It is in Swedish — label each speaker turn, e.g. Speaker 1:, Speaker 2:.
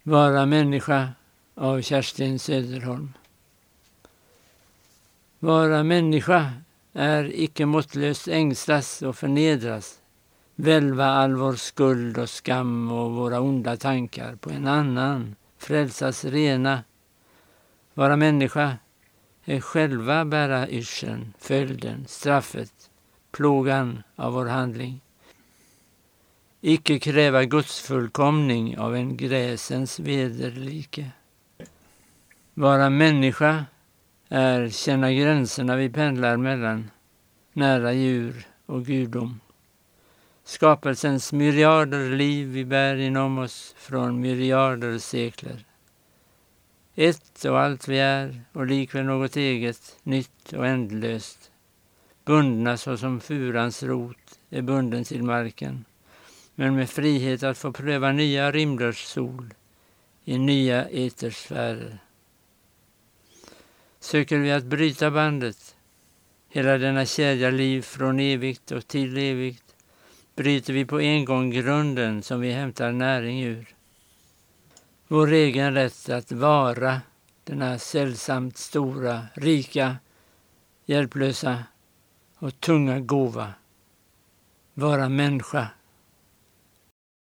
Speaker 1: Vara människa av Kerstin Söderholm. Vara människa är icke måttlöst ängslas och förnedras, välva all vår skuld och skam och våra onda tankar på en annan, frälsas rena. Vara människa är själva bära yrseln, följden, straffet, plågan av vår handling. Icke kräva Guds fullkomning av en gräsens vederlike. Vara människa är känna gränserna vi pendlar mellan, nära djur och gudom. Skapelsens myriader liv vi bär inom oss från myriader sekler. Ett och allt vi är och likväl något eget, nytt och ändlöst. Bundna såsom furans rot är bunden till marken, men med frihet att få pröva nya rymders sol i nya etersfärer. Söker vi att bryta bandet, hela denna kedja liv från evigt och till evigt, bryter vi på en gång grunden som vi hämtar näring ur. Vår egen rätt att vara denna sällsamt stora, rika, hjälplösa och tunga gåva. Vara människa